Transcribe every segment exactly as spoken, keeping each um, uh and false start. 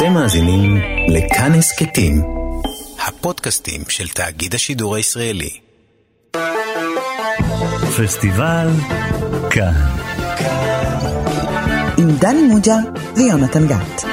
אתם מאזינים לכאן הסכתים, הפודקאסטים של תאגיד השידור הישראלי. פסטיבל כאן. עם דני מוג'ה ויונתן גת.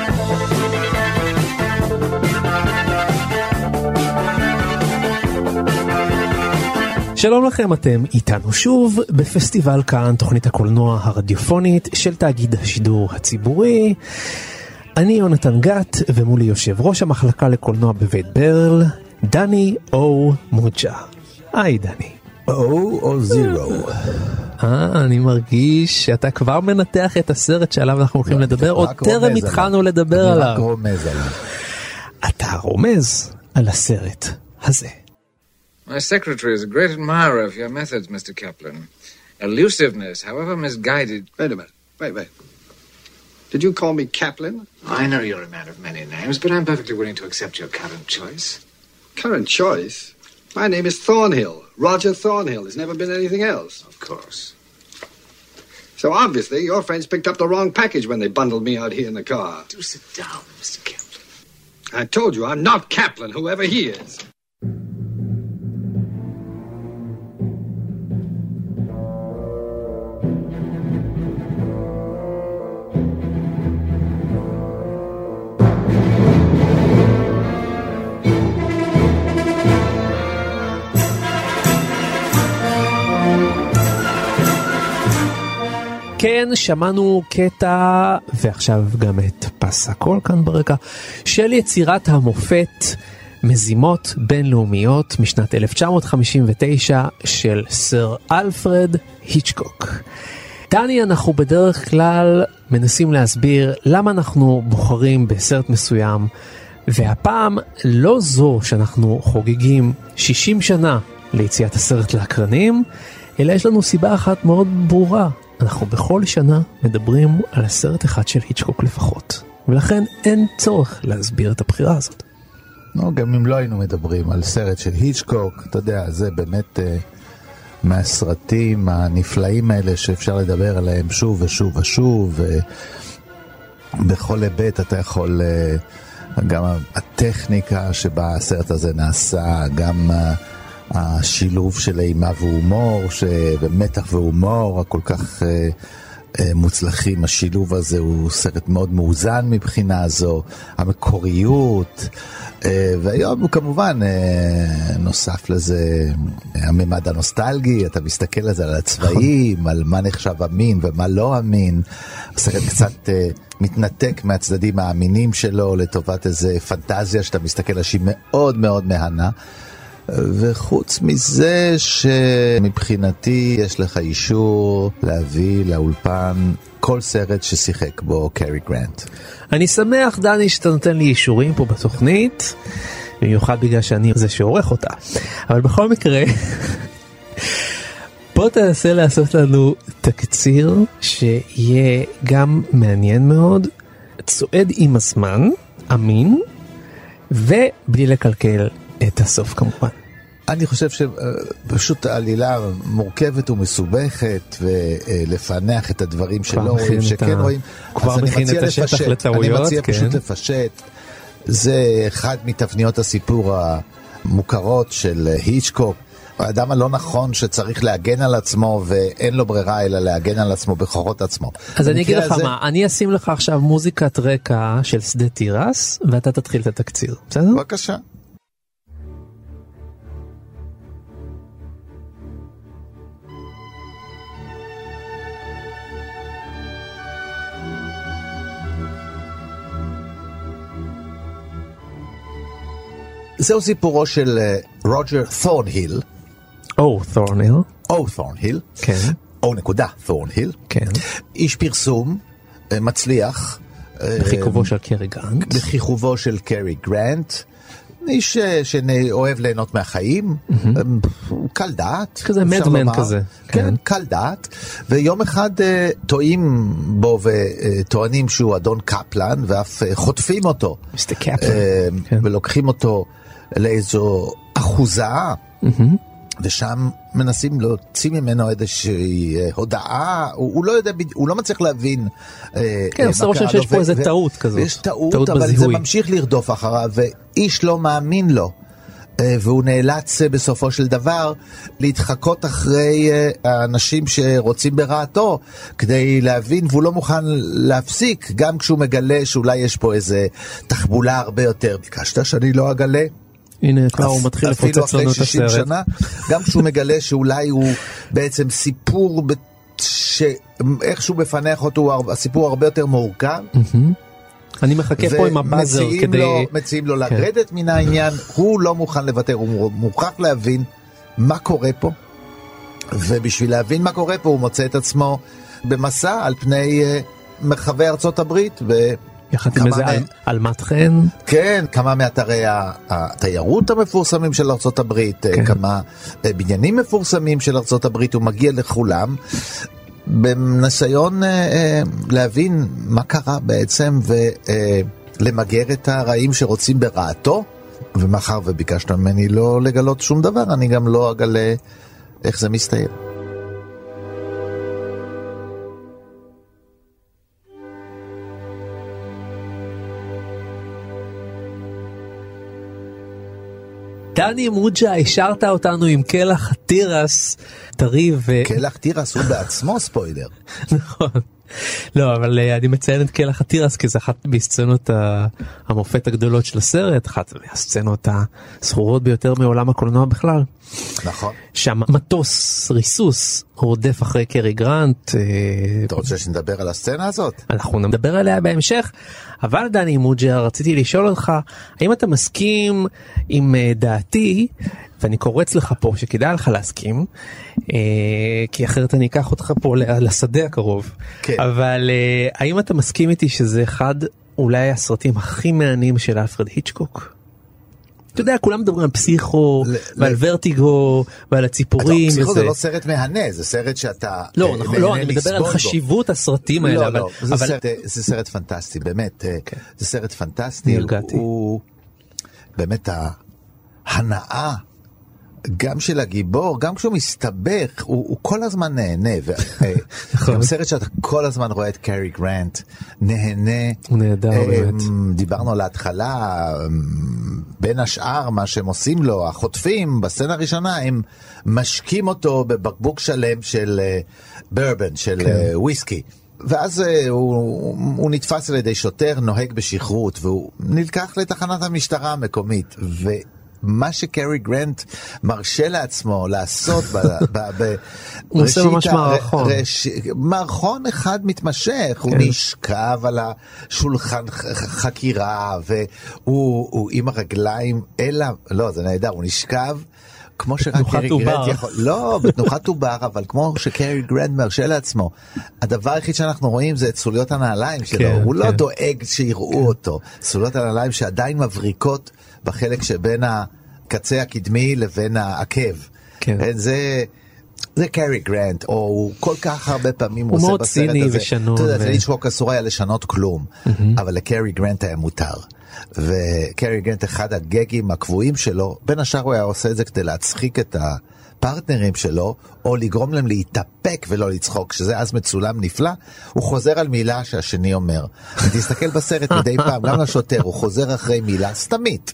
שלום לכם, אתם איתנו שוב בפסטיבל כאן, תוכנית הקולנוע הרדיופונית של תאגיד השידור הציבורי. אני יונתן גת, ומולי יושב ראש המחלקה לקולנוע בבית ברל, דני או מוג'ה. היי דני. או או זירו. אה, אני מרגיש שאתה כבר מנתח את הסרט שעליו אנחנו הולכים לדבר, או טרם התחלנו לדבר עליו. אני רק רומז עליו. אתה רומז על הסרט הזה. My secretary is a great admirer of your methods, Mister Kaplan. Elusiveness, however misguided... Wait a minute. Wait, wait. Did you call me Kaplan? I know you're a man of many names, but I'm perfectly willing to accept your current choice. Current choice? My name is Thornhill. Roger Thornhill. There's never been anything else. Of course. So obviously your friends picked up the wrong package when they bundled me out here in the car. Do sit down, Mister Kaplan. I told you, I'm not Kaplan, whoever he is. כן, שמענו קטע, ועכשיו גם את פס הקול כאן ברקע, של יצירת המופת מזימות בינלאומיות משנת אלף תשע מאות חמישים ותשע של סר אלפרד היצ'קוק. דני, אנחנו בדרך כלל מנסים להסביר למה אנחנו בוחרים בסרט מסוים, והפעם לא זו שאנחנו חוגגים שישים שנה ליציאת הסרט לאקרנים, אלא יש לנו סיבה אחת מאוד ברורה. אנחנו בכל שנה מדברים על הסרט אחד של היצ'קוק לפחות, ולכן אין צורך להסביר את הבחירה הזאת. לא, גם אם לא היינו מדברים על סרט של היצ'קוק, אתה יודע, זה באמת uh, מהסרטים הנפלאים האלה שאפשר לדבר עליהם שוב ושוב ושוב, ובכל היבט אתה יכול, uh, גם הטכניקה שבה הסרט הזה נעשה, גם... Uh, השילוב של אימה והומור, ומתח והומור, הכל כך אה, אה, מוצלחים, השילוב הזה הוא סרט מאוד מאוזן מבחינה הזו, המקוריות, אה, והיום הוא כמובן אה, נוסף לזה הממד הנוסטלגי, אתה מסתכל על זה, על הצבעים, על מה נחשב אמין ומה לא אמין, הסרט קצת אה, מתנתק מהצדדים האמינים שלו, לטובת איזה פנטזיה שאתה מסתכל על שהיא מאוד מאוד מהנה, וחוץ מזה שמבחינתי יש לך אישור להביא לאולפן כל סרט ששיחק בו קרי גרנט. אני שמח, דני, שאתה נותן לי אישורים פה בתוכנית, במיוחד בגלל שאני זה שעורך אותה. אבל בכל מקרה, בוא תנסה לעשות לנו תקציר שיהיה גם מעניין מאוד, צועד עם הזמן, אמין, ובלי לקלקל את הסוף כמובן. אני חושב שפשוט העלילה מורכבת ומסובכת, ולפענח את הדברים שלא רואים, שכן רואים. כבר מכין את השטח לטעויות. אני מציע פשוט לפשט. זה אחד מתבניות הסיפור המוכרות של היצ'קוק. האדם הלא נכון שצריך להגן על עצמו, ואין לו ברירה אלא להגן על עצמו בכוחות עצמו. אז אני אגיד לך מה, אני אשים לך עכשיו מוזיקת רקע של שדה תירס, ואתה תתחיל את התקציר. בסדר? בבקשה. זהו סיפורו של רוג'ר תורנהיל. או תורנהיל. או תורנהיל. כן. או נקודה תורנהיל. כן. איש פרסום, מצליח. בחיכובו של קרי גרנט. בחיכובו של קרי גרנט. איש שאוהב ליהנות מהחיים. קל דעת. כזה מדמן כזה. כן, קל דעת. ויום אחד טועים בו וטוענים שהוא אדון קפלן, ואף חוטפים אותו. מיסטר קפלן. ולוקחים אותו לאיזו אחוזה, ושם מנסים להוציא ממנו איזושהי הודעה, הוא, הוא לא יודע, הוא לא מצליח להבין. כן, עושה רושם שיש פה איזה טעות כזאת. ויש טעות, אבל זה ממשיך לרדוף אחריו, ואיש לא מאמין לו. והוא נאלץ בסופו של דבר להתחקות אחרי האנשים שרוצים ברעתו כדי להבין, והוא לא מוכן להפסיק גם כשהוא מגלה שאולי יש פה איזה תחבולה הרבה יותר. ביקשת שאני לא אגלה? הנה כבר הוא מתחיל לפוצץ לנו את הסרט. שנה, גם כשהוא מגלה שאולי הוא בעצם סיפור שאיכשהו בפנח אותו, הסיפור הרבה יותר מורכב. אני מחכה פה עם הבאזר כדי... לו, מציעים לו לרדת כן. מן העניין, הוא לא מוכן לוותר, הוא מוכרח להבין מה קורה פה, ובשביל להבין מה קורה פה הוא מוצא את עצמו במסע על פני uh, מרחבי ארצות הברית, ו... יחד עם איזה על, על מתחן. כן, כמה מאתרי התיירות המפורסמים של ארצות הברית, כן. כמה בניינים מפורסמים של ארצות הברית, הוא מגיע לכולם, בניסיון אה, להבין מה קרה בעצם ולמגר אה, את הרעים שרוצים ברעתו, ומאחר וביקשת ממני לא לגלות שום דבר, אני גם לא אגלה איך זה מסתיים. דני מוג'ה, השארת אותנו עם קלח תירס, תריב ו... קלח תירס הוא בעצמו ספוילר. נכון. לא, אבל אני מציין את קלח התירס, כי זה אחת בסצנות המופת הגדולות של הסרט, אחת מהסצנות הסחורות ביותר מעולם הקולנוע בכלל. נכון. שם מטוס ריסוס רודף אחרי קרי גרנט. אתה רוצה שנדבר על הסצנה הזאת? אנחנו נדבר עליה בהמשך, אבל דני מוג'ה, רציתי לשאול אותך, האם אתה מסכים עם דעתי, ואני קורץ לך פה שכדאי לך להסכים, כי אחרת אני אקח אותך פה לשדה הקרוב, כן. אבל האם אתה מסכים איתי שזה אחד אולי הסרטים הכי מעניינים של אלפרד היצ'קוק? אתה יודע, כולם מדברים על פסיכו, ועל ורטיגו, ועל הציפורים. פסיכו זה לא סרט מהנה, זה סרט שאתה... לא, לא, אני מדבר על חשיבות הסרטים האלה. לא, לא, זה סרט פנטסטי, באמת. זה סרט פנטסטי. נרגעתי. הוא באמת ההנאה, גם של הגיבור, גם כשהוא מסתבך, הוא כל הזמן נהנה. גם סרט שאתה כל הזמן רואה את קרי גרנט, נהנה. הוא נהדר, באמת. דיברנו על ההתחלה, בין השאר, מה שהם עושים לו, החוטפים, בסצנה הראשונה, הם משקים אותו בבקבוק שלם של ברבן, של וויסקי. ואז הוא, הוא נתפס על ידי שוטר, נוהג בשכרות, והוא נלקח לתחנת המשטרה המקומית, ו... מה שקרי גרנט מרשה לעצמו לעשות הוא עושה ממש מערכון מערכון אחד מתמשך, הוא נשכב על השולחן חקירה והוא עם הרגליים אלה, לא זה נהדר, הוא נשכב כמו שרק קרי גרנט יכול, לא בתנוחת עובר, אבל כמו שקרי גרנט מרשה לעצמו. הדבר היחיד שאנחנו רואים זה את סוליות הנעליים שלו, הוא לא דואג שיראו אותו, סוליות הנעליים שעדיין מבריקות בחלק שבין הקצה הקדמי לבין העקב. כן. זה, זה קרי גרנט, או הוא כל כך הרבה פעמים הוא עושה מאוד בסרט ציני הזה. ושנון. אתה יודע, ו... ליצ'קוק אסור היה לשנות כלום, mm-hmm. אבל לקרי גרנט היה מותר. וקרי גרנט, אחד הגגים הקבועים שלו, בין השאר הוא היה עושה את זה כדי להצחיק את הפרטנרים שלו, או לגרום להם להתאפק ולא לצחוק, שזה אז מצולם נפלא, הוא חוזר על מילה שהשני אומר. ותסתכל בסרט מדי פעם, גם לשוטר, הוא חוזר אחרי מילה סתמית.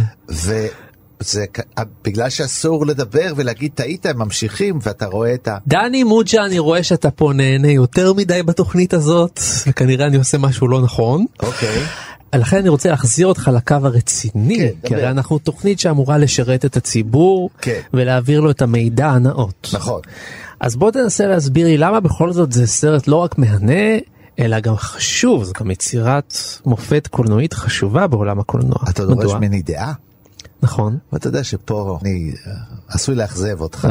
וזה בגלל שאסור לדבר ולהגיד טעית, הם ממשיכים, ואתה רואה את ה... דני מוג'ה, אני רואה שאתה פה נהנה יותר מדי בתוכנית הזאת, וכנראה אני עושה משהו לא נכון. אוקיי. לכן אני רוצה להחזיר אותך לקו הרציני, כן, כי הרי אנחנו תוכנית שאמורה לשרת את הציבור, כן. ולהעביר לו את המידע הנאות. נכון. אז בוא תנסה להסביר לי למה בכל זאת זה סרט לא רק מהנה, אלא גם חשוב, זה גם יצירת מופת קולנועית חשובה בעולם הקולנוע. אתה דורש ממני דעה? נכון. ואתה יודע שפה אני עשוי לאכזב אותך.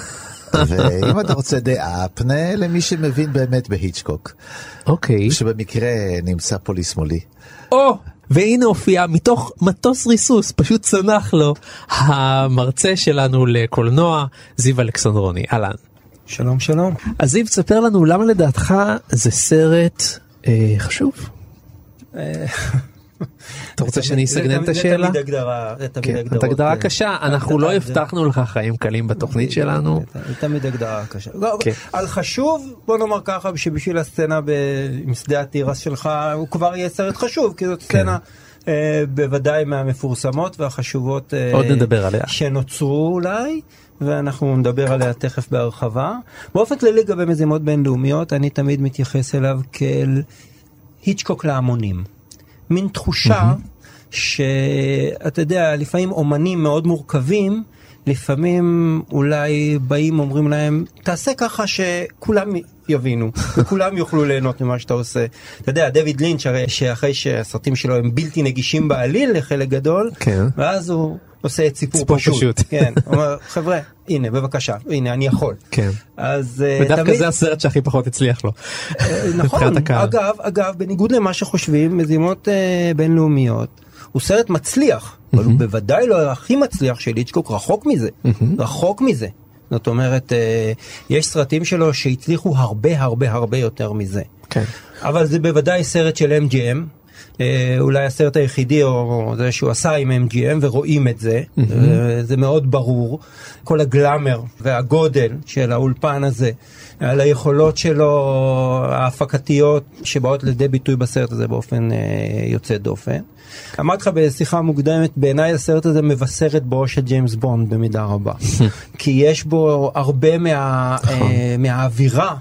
ואם אתה רוצה דעה, פנה למי שמבין באמת בהיצ'קוק. אוקיי. שבמקרה נמצא פה לשמאלי. או, והנה הופיע מתוך מטוס ריסוס, פשוט צנח לו, המרצה שלנו לקולנוע, זיו אלכסנדרוני. אהלן. שלום שלום. אז זיו, תספר לנו למה לדעתך זה סרט אה, חשוב? אתה רוצה שאני אסגנן את השאלה? זה תמיד הגדרה, זה תמיד הגדרות. זאת הגדרה קשה, אנחנו לא הבטחנו לך חיים קלים בתוכנית שלנו. זה תמיד הגדרה קשה. על חשוב, בוא נאמר ככה, שבשביל הסצנה עם שדה התירס שלך, הוא כבר יהיה סרט חשוב, כי זאת סצנה בוודאי מהמפורסמות והחשובות שנוצרו אולי, ואנחנו נדבר עליה תכף בהרחבה. באופן כללי לגבי מזימות בינלאומיות, אני תמיד מתייחס אליו כאל היצ'קוק להמונים. מין תחושה שאתה יודע, לפעמים אומנים מאוד מורכבים, לפעמים אולי באים אומרים להם, תעשה ככה שכולם יבינו, וכולם יוכלו ליהנות ממה שאתה עושה. אתה יודע, דויד לינץ' הרי שאחרי שהסרטים שלו הם בלתי נגישים בעליל לחלק גדול, כן. ואז הוא עושה את סיפור, סיפור פשוט. פשוט. כן, הוא אומר, חבר'ה, הנה, בבקשה, הנה, אני יכול. כן. אז ודווקא תמיד... זה הסרט שהכי פחות הצליח לו. נכון, אגב, אגב, בניגוד למה שחושבים, מזימות uh, בינלאומיות, הוא סרט מצליח, mm-hmm. אבל הוא בוודאי לא הכי מצליח של היצ'קוק, רחוק מזה, mm-hmm. רחוק מזה. זאת אומרת, uh, יש סרטים שלו שהצליחו הרבה הרבה הרבה יותר מזה. כן. אבל זה בוודאי סרט של אם ג'י אם, uh, אולי הסרט היחידי או זה שהוא עשה עם אם ג'י אם, ורואים את זה, mm-hmm. uh, זה מאוד ברור. כל הגלאמר והגודל של האולפן הזה, על היכולות שלו ההפקתיות שבאות לידי ביטוי בסרט הזה באופן uh, יוצא דופן. אמרתי לך בשיחה מוקדמת, בעיניי הסרט הזה מבשר את בואו של ג'יימס בונד במידה רבה. כי יש בו הרבה מה, uh, מהאווירה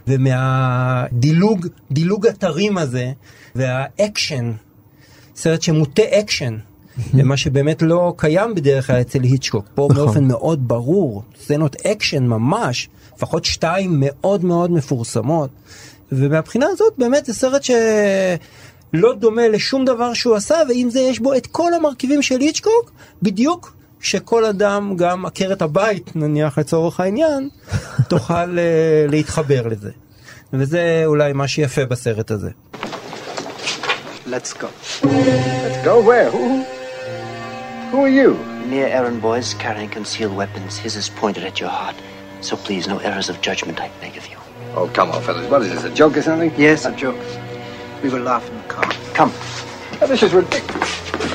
ומהדילוג, דילוג אתרים הזה, והאקשן, סרט שמוטה אקשן, למה שבאמת לא קיים בדרך כלל אצל היצ'קוק. פה באופן מאוד ברור, סצנות אקשן ממש, לפחות שתיים מאוד מאוד מפורסמות. ומהבחינה הזאת באמת זה סרט שלא דומה לשום דבר שהוא עשה, ועם זה יש בו את כל המרכיבים של היצ'קוק, בדיוק שכל אדם, גם עקרת הבית נניח לצורך העניין, תוכל להתחבר לזה. וזה אולי מה שיפה בסרט הזה. Let's go. Let's go where? Who? Who are you? Mere errand boys carrying concealed weapons. His is pointed at your heart. So please, no errors of judgment, I beg of you. Oh, come on, fellas. What is this, a joke or something? Yes, a joke. We will laugh in the car. Come. Oh, this is ridiculous.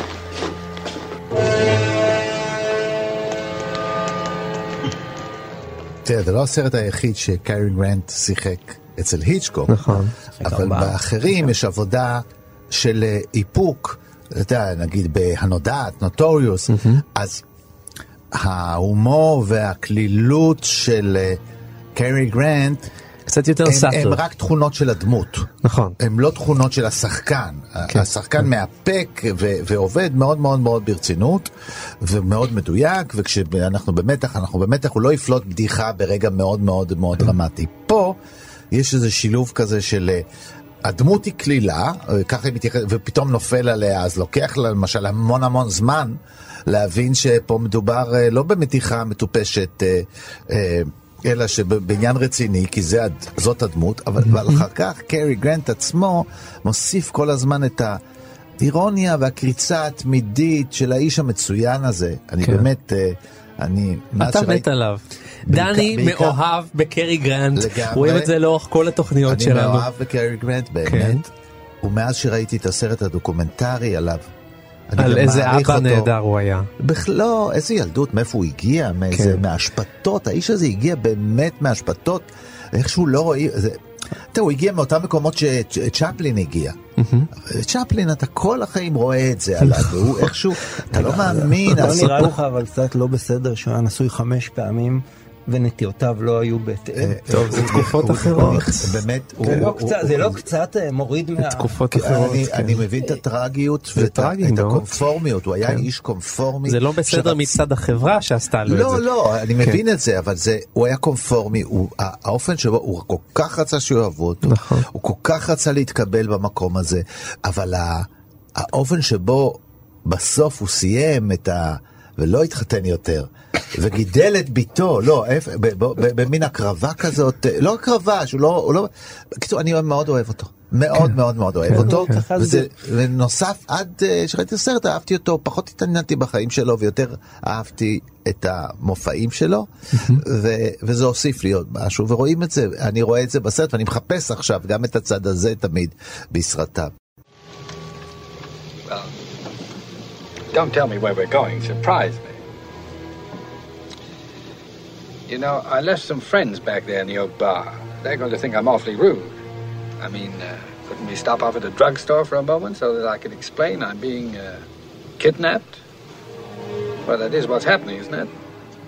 תראה, זה לא הסרט היחיד שקיירי גרנט שיחק אצל היצ'קוק. נכון. אבל באחרים יש עבודה של איפוק, אתה יודע, נגיד בהנודעת, נוטוריוס, אז ההומור והכלילות של קיירי גרנט קצת יותר סאטל. הם רק תכונות של הדמות. נכון. הם לא תכונות של השחקן. השחקן מאפק ועובד מאוד מאוד מאוד ברצינות, ומאוד מדויק, וכשאנחנו במתח, אנחנו במתח, הוא לא יפלוט בדיחה ברגע מאוד מאוד מאוד דרמטי. פה יש איזה שילוב כזה של הדמות היא כלילה, ככה היא מתייחסת, ופתאום נופל עליה, אז לוקח לה למשל המון המון זמן להבין שפה מדובר לא במתיחה מטופשת, אלא שבעניין רציני, כי זה, זאת הדמות, אבל mm-hmm. אחר כך קיירי גרנט עצמו מוסיף כל הזמן את האירוניה והקריצה התמידית של האיש המצוין הזה. אני כן. באמת, אני... אתה מת עליו. דני מאוהב בקיירי גרנט, רואים את זה לאורך כל התוכניות שלנו. אני מאוהב בקיירי גרנט, באמת. כן. ומאז שראיתי את הסרט הדוקומנטרי עליו, על איזה אבא נהדר הוא היה. בכלל, איזה ילדות, מאיפה הוא הגיע, מהשפטות, האיש הזה הגיע באמת מהשפטות, איכשהו לא רואה, תראו, הוא הגיע מאותם מקומות שצ'פלין הגיע. צ'פלין, אתה כל החיים רואה את זה עליו, והוא איכשהו, אתה לא מאמין. לא נראה לך, אבל קצת לא בסדר, שהוא היה נשוי חמש פעמים, ונטיותיו לא היו בהתאם. טוב, זה תקופות אחרות. באמת. זה לא קצת מוריד מה... תקופות אחרות. אני מבין את הטרגיות ואת הקונפורמיות. הוא היה איש קונפורמי. זה לא בסדר מצד החברה שעשתה לו את זה. לא, לא, אני מבין את זה, אבל הוא היה קונפורמי. האופן שבו הוא כל כך רצה שיאהבו אותו. הוא כל כך רצה להתקבל במקום הזה. אבל האופן שבו בסוף הוא סיים את ה... ולא התחתן יותר, וגידל את ביתו, לא, במין הקרבה כזאת, לא הקרבה, שהוא לא, בקיצור, אני מאוד אוהב אותו, מאוד מאוד מאוד אוהב אותו, ונוסף, עד שראיתי הסרט, אהבתי אותו, פחות התעניינתי בחיים שלו, ויותר אהבתי את המופעים שלו, וזה הוסיף לי עוד משהו, ורואים את זה, אני רואה את זה בסרט, ואני מחפש עכשיו גם את הצד הזה תמיד, בסרטיו. Well, don't tell me where we're going. Surprise me. You know, I left some friends back there in the Oak Bar. They're going to think I'm awfully rude. I mean, uh, couldn't we stop off at a drugstore for a moment so that I could explain I'm being uh, kidnapped? Well, that is what's happening, isn't it?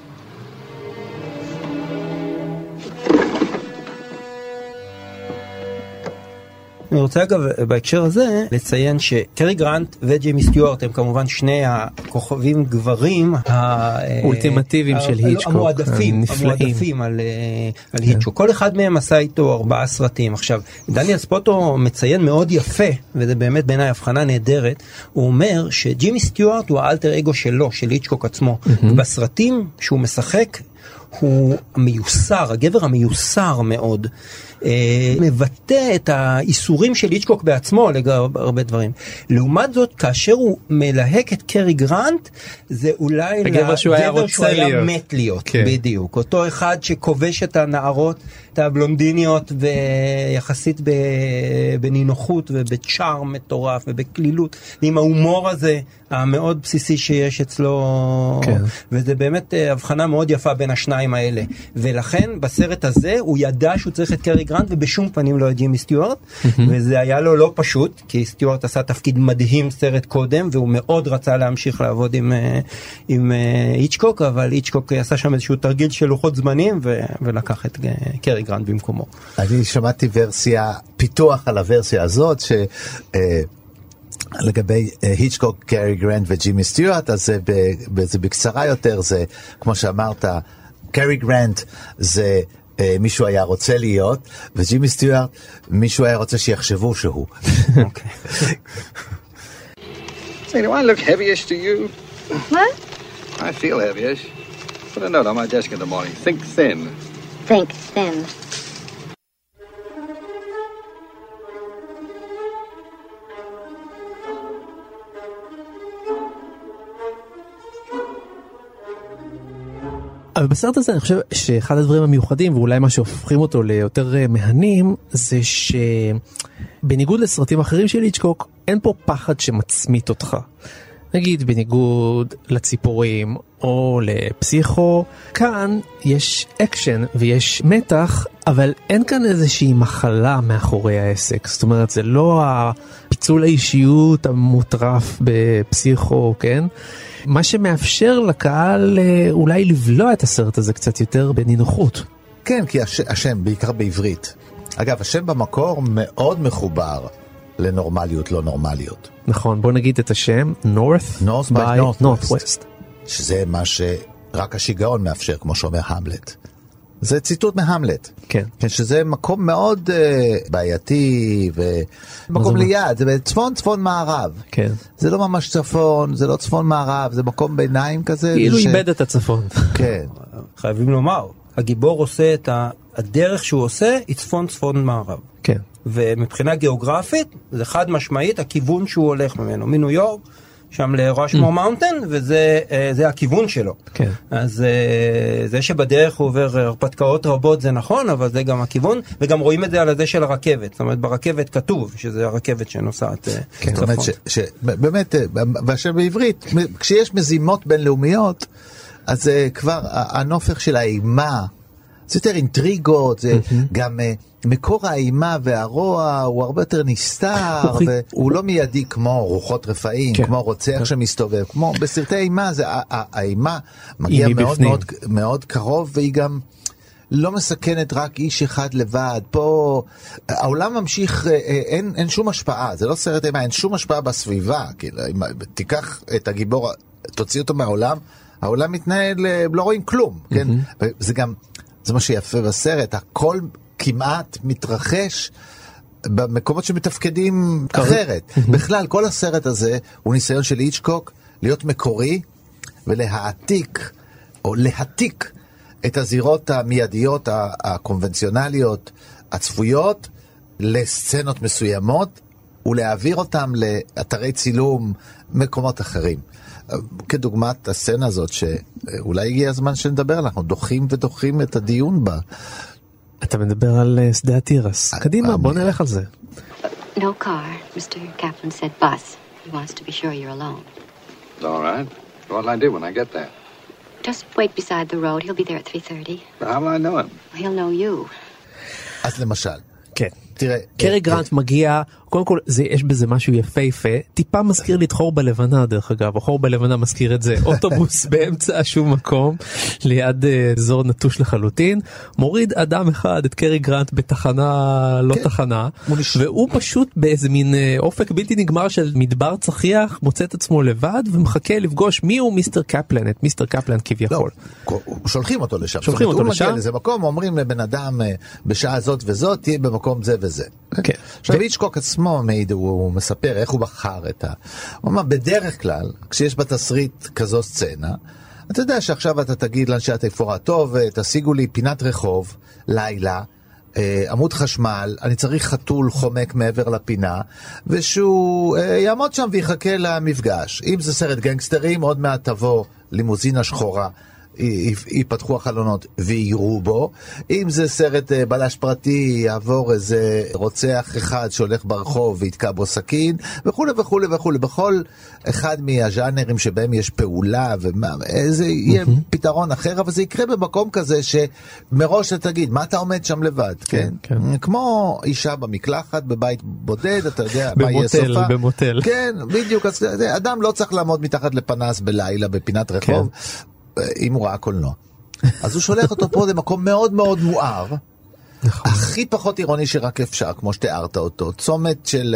אני רוצה אגב בהקשר הזה לציין שקרי גרנט וג'יימי סטיוארט הם כמובן שני הכוכבים גברים האולטימטיביים של היצ'קוק, המועדפים, המועדפים על, על היצ'קוק. כל אחד מהם עשה איתו ארבעה סרטים. עכשיו, דניאל ספוטו מציין מאוד יפה, וזה באמת בעיניי הבחנה נהדרת, הוא אומר שג'יימי סטיוארט הוא האלטר אגו שלו, של היצ'קוק עצמו. ובסרטים שהוא משחק הוא מיוסר, הגבר המיוסר מאוד, מבטא את האיסורים של היצ'קוק בעצמו לגבי הרבה דברים. לעומת זאת, כאשר הוא מלהק את קרי גרנט, זה אולי הגבר שהוא היה רוצה להיות. מת להיות, בדיוק. אותו אחד שכובש את הנערות, את הבלונדיניות, ויחסית בנינוחות ובצ'ארם מטורף ובכלילות, ועם ההומור הזה המאוד בסיסי שיש אצלו, וזה באמת הבחנה מאוד יפה בין השניים האלה. ולכן בסרט הזה הוא ידע שהוא צריך את קרי גרנט, ובשום פנים לא את ג'יימי סטיוארט, וזה היה לו לא פשוט, כי סטיוארט עשה תפקיד מדהים סרט קודם, והוא מאוד רצה להמשיך לעבוד עם, עם היצ'קוק, אבל היצ'קוק עשה שם איזשהו תרגיל של לוחות זמנים, ו, ולקח את קרי גרנט במקומו. אני שמעתי ורסיה, פיתוח על הוורסיה הזאת, ש... לגבי היצ'קוק, קרי גרנט וג'ימי סטיוארט, אז זה, ב, זה בקצרה יותר, זה כמו שאמרת, קרי גרנט זה מישהו היה רוצה להיות, וג'ימי סטיוארט, מישהו היה רוצה שיחשבו שהוא. Okay. Say, do I look heavyish to you? What? I feel heavyish. Put a note on my desk in the morning. Think thin. Think thin. אבל בסרט הזה אני חושב שאחד הדברים המיוחדים, ואולי מה שהופכים אותו ליותר מהנים, זה שבניגוד לסרטים אחרים של היצ'קוק, אין פה פחד שמצמית אותך. נגיד בניגוד לציפורים או לפסיכו, כאן יש אקשן ויש מתח, אבל אין כאן איזושהי מחלה מאחורי העסק. זאת אומרת, זה לא הפיצול האישיות המוטרף בפסיכו, כן? מה שמאפשר לקהל אולי לבלוע את הסרט הזה קצת יותר בנינוחות. כן, כי הש, השם, בעיקר בעברית. אגב, השם במקור מאוד מחובר לנורמליות, לא נורמליות. נכון, בוא נגיד את השם, North, North by Northwest. שזה מה שרק השיגעון מאפשר, כמו שאומר המלט. זה ציטוט מהמלט. כן. שזה מקום מאוד uh, בעייתי, ומקום ליד, זה בצפון, צפון מערב. כן. זה לא ממש צפון, זה לא צפון מערב, זה מקום ביניים כזה. כאילו איבד את הצפון. כן. חייבים לומר, הגיבור עושה את הדרך שהוא עושה, היא צפון, צפון מערב. כן. ומבחינה גיאוגרפית, זה חד משמעית, הכיוון שהוא הולך ממנו, מניו יורק, שם לרשמור מאונטן, וזה זה הכיוון שלו. כן. אז זה שבדרך הוא עובר הרפתקאות רבות זה נכון, אבל זה גם הכיוון, וגם רואים את זה על הזה של הרכבת. זאת אומרת, ברכבת כתוב שזה הרכבת שנוסעת כן, זאת אומרת, באמת, באשר בעברית, כשיש מזימות בינלאומיות, אז כבר הנופך של האימה, זה יותר אינטריגות, זה גם מקור האימה והרוע הוא הרבה יותר נסתר, והוא לא מיידי כמו רוחות רפאים, כמו רוצח שמסתובב, כמו בסרטי האימה, האימה מגיעה מאוד מאוד מאוד קרוב, והיא גם לא מסכנת רק איש אחד לבד. פה העולם ממשיך, אין, אין שום השפעה, זה לא סרט אימה, אין שום השפעה בסביבה, כאילו, תיקח את הגיבור, תוציא אותו מהעולם, העולם מתנהל, לא רואים כלום, כן? זה גם, זה מה שיפה בסרט, הכל כמעט מתרחש במקומות שמתפקדים אחרת. בכלל, כל הסרט הזה הוא ניסיון של היצ'קוק להיות מקורי ולהעתיק, או להתיק את הזירות המיידיות, הקונבנציונליות, הצפויות, לסצנות מסוימות, ולהעביר אותם לאתרי צילום, מקומות אחרים. כדוגמת הסצנה הזאת, שאולי הגיע הזמן שנדבר, אנחנו דוחים ודוחים את הדיון בה. אתה מדבר על שדה התירס. קדימה, בוא נלך על זה. No car, Mister Kaplan said bus. He wants to be sure you're alone. All right. What'll I do when I get there? Just wait beside the road. He'll be there at three thirty. How will I know him? He'll know you. אז למשל, כן. תראה, קרי גרנט מגיע, קודם כל זה, יש בזה משהו יפהפה, טיפה מזכיר לי את חור בלבנה דרך אגב, החור בלבנה מזכיר את זה, אוטובוס באמצע שום מקום, ליד אזור נטוש לחלוטין, מוריד אדם אחד את קרי גרנט בתחנה לא תחנה, והוא פשוט באיזה מין אופק בלתי נגמר של מדבר צחיח, מוצא את עצמו לבד ומחכה לפגוש מי הוא מיסטר קפלן, את מיסטר קפלן כביכול. שולחים אותו לשם, שולחים אותו לשם, הוא מגיע לזה מקום, אומרים לבן אדם בשעה זאת וזאת, תהיה במקום זה וזה. עכשיו היצ'קוק עצמו מעיד, הוא מספר איך הוא בחר את ה... הוא אומר, בדרך כלל, כשיש בתסריט כזו סצנה, אתה יודע שעכשיו אתה תגיד לאנשי התפאורה, טוב, תשיגו לי פינת רחוב, לילה, עמוד חשמל, אני צריך חתול חומק מעבר לפינה, ושהוא יעמוד שם ויחכה למפגש. אם זה סרט גנגסטרים, עוד מעט תבוא לימוזינה שחורה, ייפתחו החלונות ויראו בו. אם זה סרט בלש פרטי, יעבור איזה רוצח אחד שהולך ברחוב ויתקע בו סכין, וכו' וכו' וכו'. בכל אחד מהז'אנרים שבהם יש פעולה, וזה יהיה פתרון אחר, אבל זה יקרה במקום כזה שמראש תגיד, מה אתה עומד שם לבד? כן? כמו אישה במקלחת, בבית בודד, אתה יודע, מה יהיה סופה? במוטל. כן, בדיוק. אדם לא צריך לעמוד מתחת לפנס בלילה בפינת רחוב, אם הוא ראה קולנוע. אז הוא שולח אותו פה למקום מאוד מאוד מואר, הכי פחות עירוני שרק אפשר, כמו שתיארת אותו, צומת של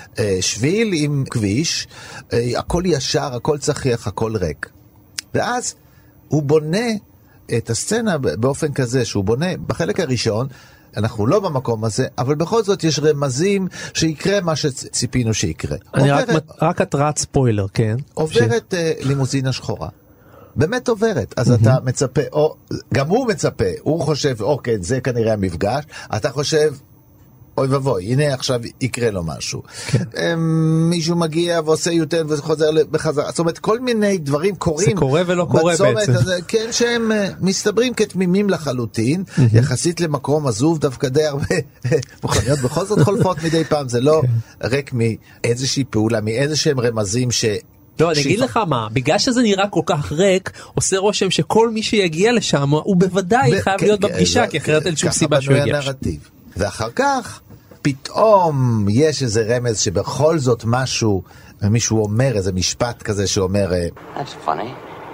שביל עם כביש, הכל ישר, הכל צחיח, הכל ריק. ואז הוא בונה את הסצנה באופן כזה, שהוא בונה בחלק הראשון, אנחנו לא במקום הזה, אבל בכל זאת יש רמזים שיקרה מה שציפינו שיקרה. אני רק, רק התרעת ספוילר, כן? עוברת ש... לימוזינה שחורה. באמת עוברת, אז אתה מצפה, או, גם הוא מצפה, הוא חושב, אוקיי, זה כנראה המפגש, אתה חושב, אוי ובוי, הנה עכשיו יקרה לו משהו. כן. מישהו מגיע ועושה יותר וחוזר בחזרה, זאת אומרת, כל מיני דברים קורים. זה קורה ולא קורה בעצם. הזה, כן, שהם מסתברים כתמימים לחלוטין, יחסית למקום עזוב, דווקא די הרבה מכוניות, בכל זאת חולפות מדי פעם, זה לא רק מאיזושהי פעולה, מאיזשהם רמזים ש... לא, אני אגיד לך מה, בגלל שזה נראה כל כך ריק, עושה רושם שכל מי שיגיע לשם, הוא בוודאי חייב להיות בפגישה, כי אחרת אין שום סיבה שהוא יגיע. ואחר כך, פתאום יש איזה רמז שבכל זאת משהו, מישהו אומר, איזה משפט כזה שאומר... That's funny.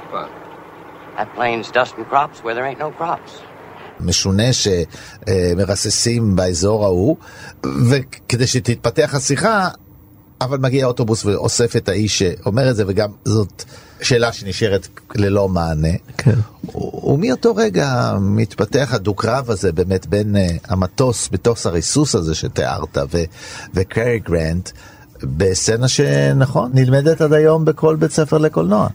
That plane's dusting crops where there ain't no crops. משונה שמרססים באזור ההוא, וכדי שתתפתח השיחה, אבל מגיע האוטובוס ואוסף את האיש שאומר את זה, וגם זאת שאלה שנשארת ללא מענה. כן. ומאותו רגע מתפתח הדו-קרב הזה באמת בין uh, המטוס, מטוס הריסוס הזה שתיארת, ו- וקרי גרנט, בסצנה שנכון, נלמדת עד היום בכל בית ספר לקולנוע.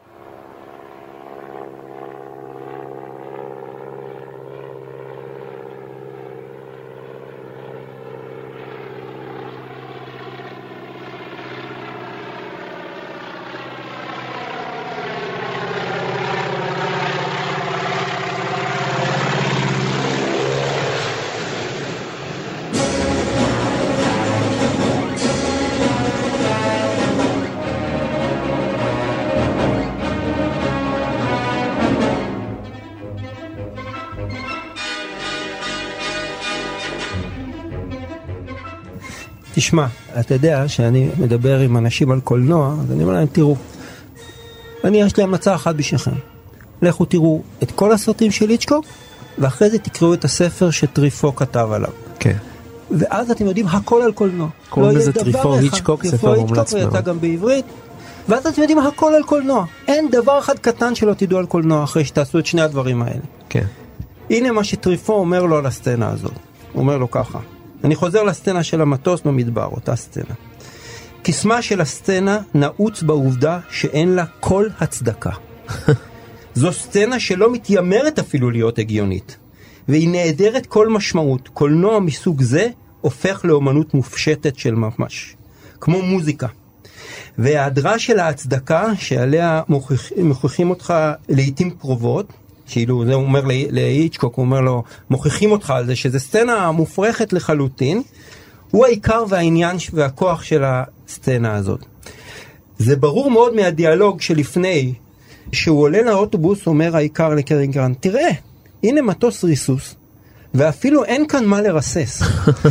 תשמע, אתה יודע שאני מדבר עם אנשים על קולנוע, אז אני אומר להם, תראו, אני יש להם מצע אחת בשבילכם. לכו תראו את כל הסרטים של היצ'קוק, ואחרי זה תקראו את הספר שטריפו כתב עליו. כן. ואז אתם יודעים הכל על קולנוע. קוראים לזה טריפו היצ'קוק, ספר מומלץ מאוד. יצא גם בעברית. ואז אתם יודעים הכל על קולנוע. אין דבר אחד קטן שלא תדעו על קולנוע אחרי שתעשו את שני הדברים האלה. כן. הנה מה שטריפו אומר לו על הסצנה הזאת. הוא אומר לו ככה. אני חוזר לסצנה של המטוס במדבר, אותה סצנה. קסמה של הסצנה נעוץ בעובדה שאין לה כל הצדקה. זו סצנה שלא מתיימרת אפילו להיות הגיונית. והיא נעדרת כל משמעות. קולנוע מסוג זה הופך לאומנות מופשטת של ממש. כמו מוזיקה. וההדרה של ההצדקה שעליה מוכיח, מוכיחים אותך לעתים קרובות, כאילו זה הוא אומר להיצ'קוק, הוא אומר לו, מוכיחים אותך על זה, שזו סצנה מופרכת לחלוטין, הוא העיקר והעניין והכוח של הסצנה הזאת. זה ברור מאוד מהדיאלוג שלפני, שהוא עולה לאוטובוס, אומר העיקר לקרי גרנט, תראה, הנה מטוס ריסוס, ואפילו אין כאן מה לרסס.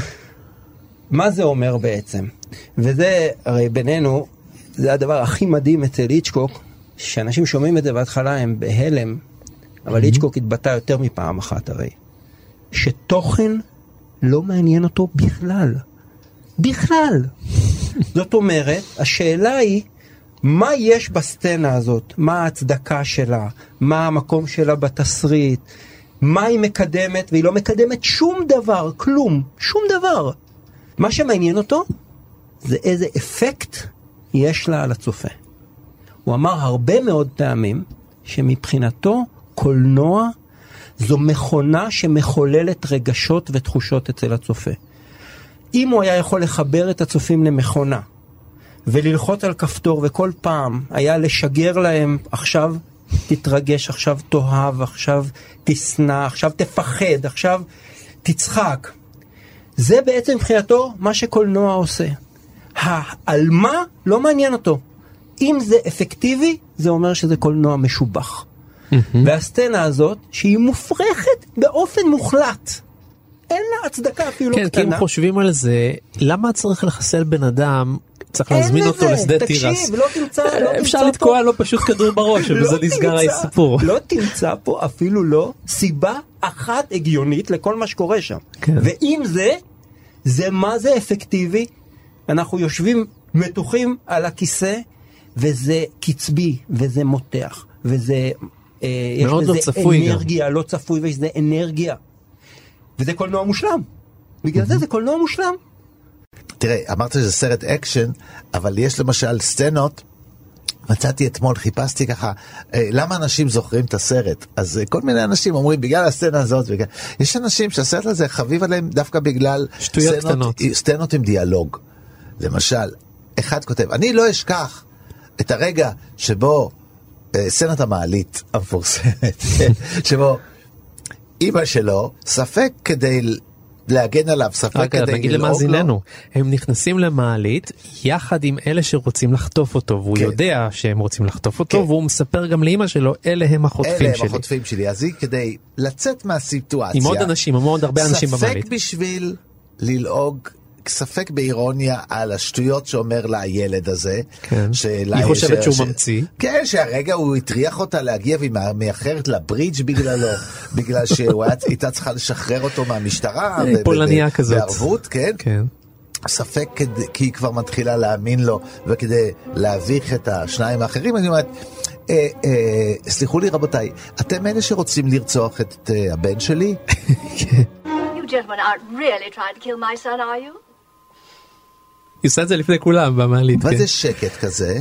מה זה אומר בעצם? וזה, הרי בינינו, זה הדבר הכי מדהים אצל היצ'קוק, שאנשים שומעים את זה בהתחלה הם בהלם, אבל היצ'קוק התבטא יותר מפעם אחת הרי, שתוכן לא מעניין אותו בכלל. בכלל. זאת אומרת, השאלה היא, מה יש בסצנה הזאת? מה ההצדקה שלה? מה המקום שלה בתסריט? מה היא מקדמת? והיא לא מקדמת שום דבר, כלום, שום דבר. מה שמעניין אותו, זה איזה אפקט יש לה על הצופה. הוא אמר הרבה מאוד פעמים, שמבחינתו קולנוע זו מכונה שמחוללת רגשות ותחושות אצל הצופה. אם הוא היה יכול לחבר את הצופים למכונה, וללחוץ על כפתור, וכל פעם היה לשגר להם, עכשיו תתרגש, עכשיו תאהב, עכשיו תשנא, עכשיו תפחד, עכשיו תצחק. זה בעצם מבחינתו מה שקולנוע עושה. על מה לא מעניין אותו. אם זה אפקטיבי, זה אומר שזה קולנוע משובח. והסצנה הזאת, שהיא מופרכת באופן מוחלט, אין לה הצדקה אפילו כן, קטנה. כי אם חושבים על זה, למה צריך לחסל בן אדם, צריך להזמין אותו לשדה תירס? תקשיב, לא תמצא, לא תמצא אפשר לתקוע לו פשוט כדור בראש, ובזה נסגר הסיפור. לא תמצא פה אפילו לא סיבה אחת הגיונית לכל מה שקורה שם. ואם זה, זה מה זה אפקטיבי? אנחנו יושבים מתוחים על הכיסא, וזה קצבי, וזה מותח, וזה יש לזה אנרגיה, לא צפוי, ויש לזה אנרגיה. וזה קולנוע מושלם. בגלל זה זה קולנוע מושלם. תראה, אמרת שזה סרט אקשן, אבל יש למשל סצנות, מצאתי אתמול, חיפשתי ככה, למה אנשים זוכרים את הסרט? אז כל מיני אנשים אומרים, בגלל הסצנה הזאת, בגלל... יש אנשים שהסרט הזה חביב עליהם דווקא בגלל שטויות קטנות. סצנות עם דיאלוג. למשל, אחד כותב, אני לא אשכח את הרגע שבו, סצנת המעלית המפורסמת, שבו אמא שלו, ספק כדי להגן עליו, ספק כדי נגיד למאזיננו, הם נכנסים למעלית יחד עם אלה שרוצים לחטוף אותו, והוא יודע שהם רוצים לחטוף אותו, והוא מספר גם לאמא שלו, אלה הם החוטפים שלי. אלה הם החוטפים שלי, אז היא כדי לצאת מהסיטואציה. עם עוד אנשים, עם עוד הרבה אנשים במעלית. ספק בשביל ללעוג, ספק באירוניה על השטויות שאומר לה הילד הזה. כן. היא חושבת שהוא ממציא. כן, שהרגע הוא הטריח אותה להגיע והיא מאחרת לברידג' בגללו, בגלל שהוא הייתה צריכה לשחרר אותו מהמשטרה. פולניה כזאת. בערבות, כן. כן. ספק כי היא כבר מתחילה להאמין לו, וכדי להביך את השניים האחרים, אני אומרת, סליחו לי רבותיי, אתם אלה שרוצים לרצוח את הבן שלי? כן. You gentlemen aren't really trying to kill my son, are you? היא עושה את זה לפני כולם במעלית. וזה שקט כזה,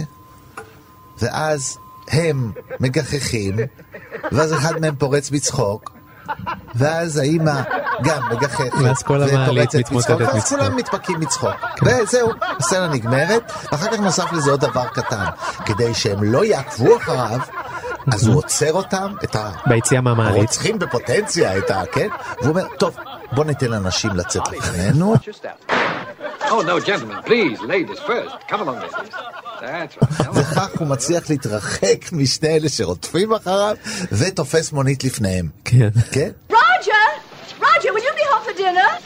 ואז הם מגחכים, ואז אחד מהם פורץ בצחוק, ואז האמא גם מגחכת, ואז כל המעלית מתמוטטת מצחוק. ואז כולם מתפקים מצחוק. וזהו, הסצנה נגמרת, ואחר כך נוסף לזה עוד דבר קטן. כדי שהם לא יעקבו אחריו, אז הוא עוצר אותם, את ה... ביציאה מהמעלית. רוצחים בפוטנציה, את ה... כן? והוא אומר, טוב, בוא ניתן לאנשים לצאת לפנינו. Oh, no, gentlemen, please, ladies first. Come along, ladies. That's right. וכך הוא מצליח להתרחק משני אלה שרודפים אחריו, ותופס מונית לפניהם. כן. כן? Roger! Roger, will you be home for dinner?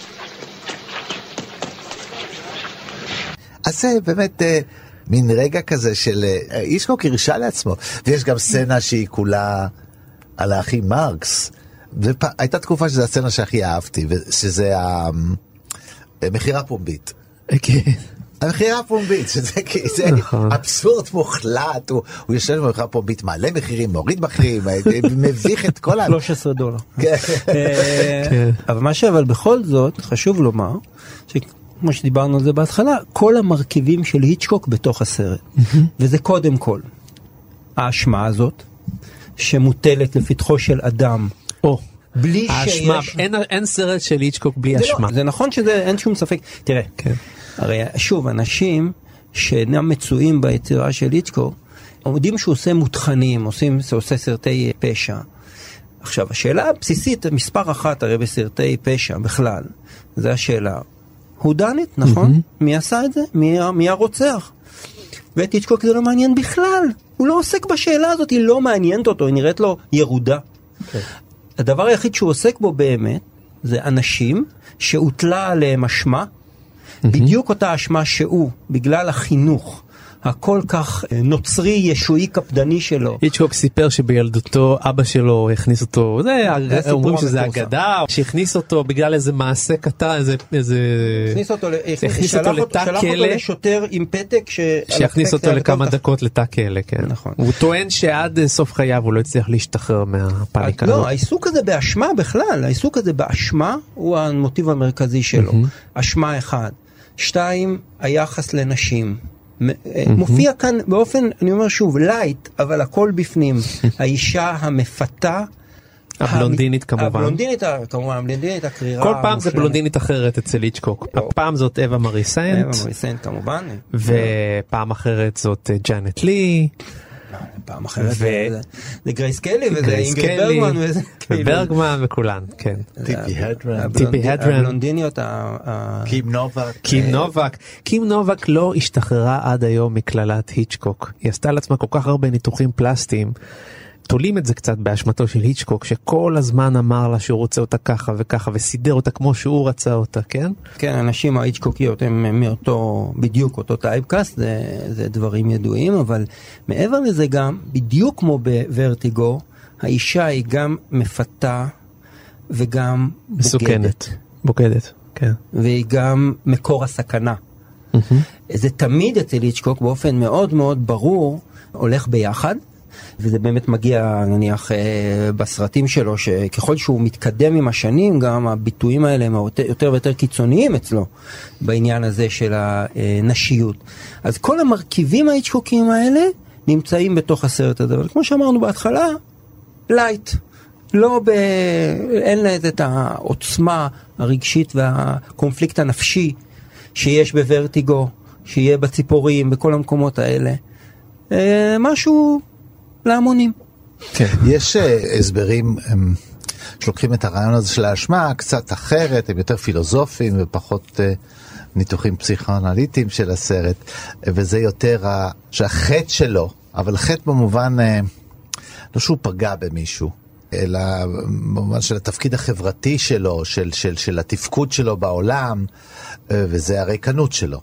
אז זה באמת אה, מין רגע כזה של אה, היצ'קוק הרשה לעצמו. ויש גם סצנה שהיא כולה על האחים מרקס. והייתה תקופה שזו הסצנה שהכי אהבתי, שזה המחירה פומבית. כן. המחירה פומבית, שזה אבסורד מוחלט, הוא יושב במחירה פומבית, מעלה מחירים, מוריד מחירים, מביך את כל ה... שלוש עשרה דולר. אבל מה שאבל בכל זאת, חשוב לומר, כמו שדיברנו על זה בהתחלה, כל המרכיבים של היצ'קוק בתוך הסרט. וזה קודם כל, האשמה הזאת, שמוטלת לפתחו של אדם, או, בלי האשמה, שיש... אין, אין סרט של היצ'קוק בלי אשמה. לא, זה נכון שזה, אין שום ספק. תראה, כן. הרי שוב, אנשים שאינם מצויים ביצירה של היצ'קוק, עומדים שהוא עושה מותחנים, עושים, עושה סרטי פשע. עכשיו, השאלה הבסיסית, מספר אחת הרי בסרטי פשע בכלל, זה השאלה, הוא דנית, נכון? Mm-hmm. מי עשה את זה? מי, מי הרוצח? ואת היצ'קוק זה לא מעניין בכלל. הוא לא עוסק בשאלה הזאת, היא לא מעניינת אותו, היא נראית לו ירודה. Okay. הדבר היחיד שהוא עוסק בו באמת, זה אנשים שהוטלה עליהם אשמה, mm-hmm. בדיוק אותה אשמה שהוא, בגלל החינוך, הכל כך נוצרי, ישועי, קפדני שלו. היצ'קוק סיפר שבילדותו אבא שלו הכניס אותו, זה, אומרים שזה אגדה, שהכניס אותו בגלל איזה מעשה קטן, איזה, איזה... הכניס אותו, הכניס אותו לתא כלא. שלח אותו לשוטר עם פתק ש... שהכניס אותו לכמה דקות לתא כלא, כן. נכון. הוא טוען שעד סוף חייו הוא לא הצליח להשתחרר מהפאניקה. לא, העיסוק הזה באשמה בכלל, העיסוק הזה באשמה הוא המוטיב המרכזי שלו. אשמה אחד. שתיים, היחס לנשים. מופיע כאן באופן, אני אומר שוב, לייט, אבל הכל בפנים. האישה המפתה, הבלונדינית כמובן. הבלונדינית כמובן, הבלונדינית הקרירה. כל פעם זה בלונדינית אחרת אצל היצ'קוק. הפעם זאת אווה מארי סנט. אווה מארי סנט כמובן. ופעם אחרת זאת ג'אנט לי. פעם אחרת זה גרייס קלי וזה אינגריד ברגמן וברגמן וכולן, כן. טיפי הדרן. טיפי הדרן. הבלונדיניות. קים נובק. קים נובק. קים נובק לא השתחררה עד היום מכללת היצ'קוק. היא עשתה לעצמה כל כך הרבה ניתוחים פלסטיים. תולים את זה קצת באשמתו של היצ'קוק, שכל הזמן אמר לה שהוא רוצה אותה ככה וככה, וסידר אותה כמו שהוא רצה אותה, כן? כן, אנשים ההיצ'קוקיות הם מאותו, בדיוק אותו טייפקאסט, זה, זה דברים ידועים, אבל מעבר לזה גם, בדיוק כמו בוורטיגו, האישה היא גם מפתה וגם מסוכנת. בוגדת, כן. והיא גם מקור הסכנה. Mm-hmm. זה תמיד אצל היצ'קוק באופן מאוד מאוד ברור, הולך ביחד, וזה באמת מגיע נניח בסרטים שלו, שככל שהוא מתקדם עם השנים, גם הביטויים האלה הם יותר ויותר קיצוניים אצלו, בעניין הזה של הנשיות. אז כל המרכיבים ההיצ'קוקיים האלה, נמצאים בתוך הסרט הזה, אבל כמו שאמרנו בהתחלה, לייט. לא ב... אין לה את העוצמה הרגשית והקונפליקט הנפשי, שיש בוורטיגו, שיהיה בציפורים, בכל המקומות האלה. משהו... להמונים. כן. יש הסברים שלוקחים את הרעיון הזה של האשמה קצת אחרת, הם יותר פילוסופיים ופחות ניתוחים פסיכואנליטיים של הסרט, וזה יותר שהחטא שלו, אבל חטא במובן לא שהוא פגע במישהו, אלא במובן של התפקיד החברתי שלו, של, של, של התפקוד שלו בעולם, וזה הריקנות שלו.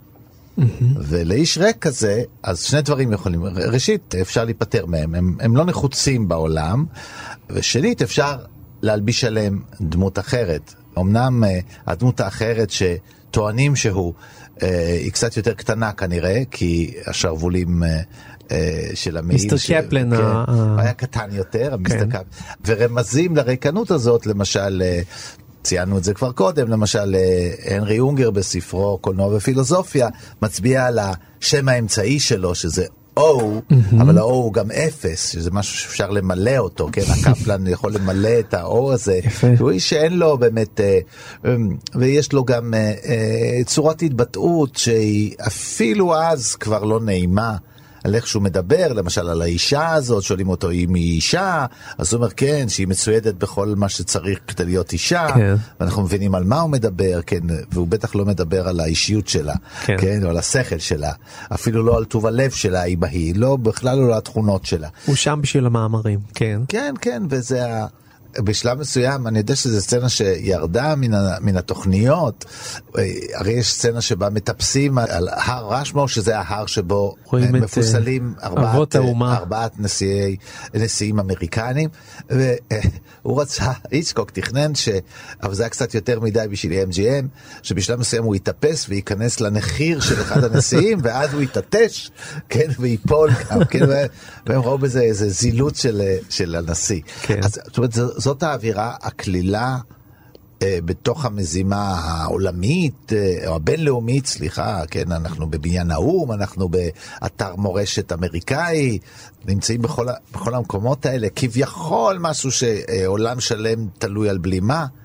ולאיש ריק כזה, אז שני דברים יכולים. ראשית, אפשר להיפטר מהם. הם, הם לא נחוצים בעולם, ושנית, אפשר להלביש עליהם דמות אחרת. אמנם הדמות האחרת שטוענים שהוא, היא קצת יותר קטנה כנראה, כי השרבולים של המעיל... מיסטר קפלן. היה קטן יותר, מיסטר קפלן. ורמזים לריקנות הזאת, למשל... ציינו את זה כבר קודם, למשל הנרי יונגר בספרו קולנוע ופילוסופיה, מצביע על השם האמצעי שלו, שזה O, mm-hmm. אבל ה-O הוא גם אפס, שזה משהו שאפשר למלא אותו, כן? הקפלן יכול למלא את ה-O הזה, הוא איש שאין לו באמת, ויש לו גם צורת התבטאות שהיא אפילו אז כבר לא נעימה, על איך שהוא מדבר, למשל על האישה הזאת, שואלים אותו אם היא אישה, אז הוא אומר כן, שהיא מצוידת בכל מה שצריך כדי להיות אישה, כן. ואנחנו מבינים על מה הוא מדבר, כן, והוא בטח לא מדבר על האישיות שלה, כן, כן או על השכל שלה, אפילו לא על טוב הלב שלה, היא בהיא, לא, בכלל לא על התכונות שלה. הוא שם בשביל המאמרים, כן. כן, כן, וזה ה... בשלב מסוים, אני יודע שזו סצנה שירדה מן, ה, מן התוכניות, הרי יש סצנה שבה מטפסים על הר רשמו, שזה ההר שבו מפוסלים ארבעת, ארבעת נשיאי, נשיאים אמריקנים, והוא רצה, היצ'קוק תכנן, ש, אבל זה היה קצת יותר מדי בשביל אם ג'י אם, שבשלב מסוים הוא יתאפס וייכנס לנחיר של אחד הנשיאים, ואז הוא יתעטש, כן, ויפול גם, כן, והם ראו בזה איזה זילות של, של הנשיא. כן. אז זאת אומרת, זאת האווירה הכלילה אה, בתוך המזימה העולמית, אה, או הבינלאומית, סליחה, כן, אנחנו בבניין האום, אנחנו באתר מורשת אמריקאי, נמצאים בכל, בכל המקומות האלה, כביכול משהו שעולם שלם תלוי על בלימה,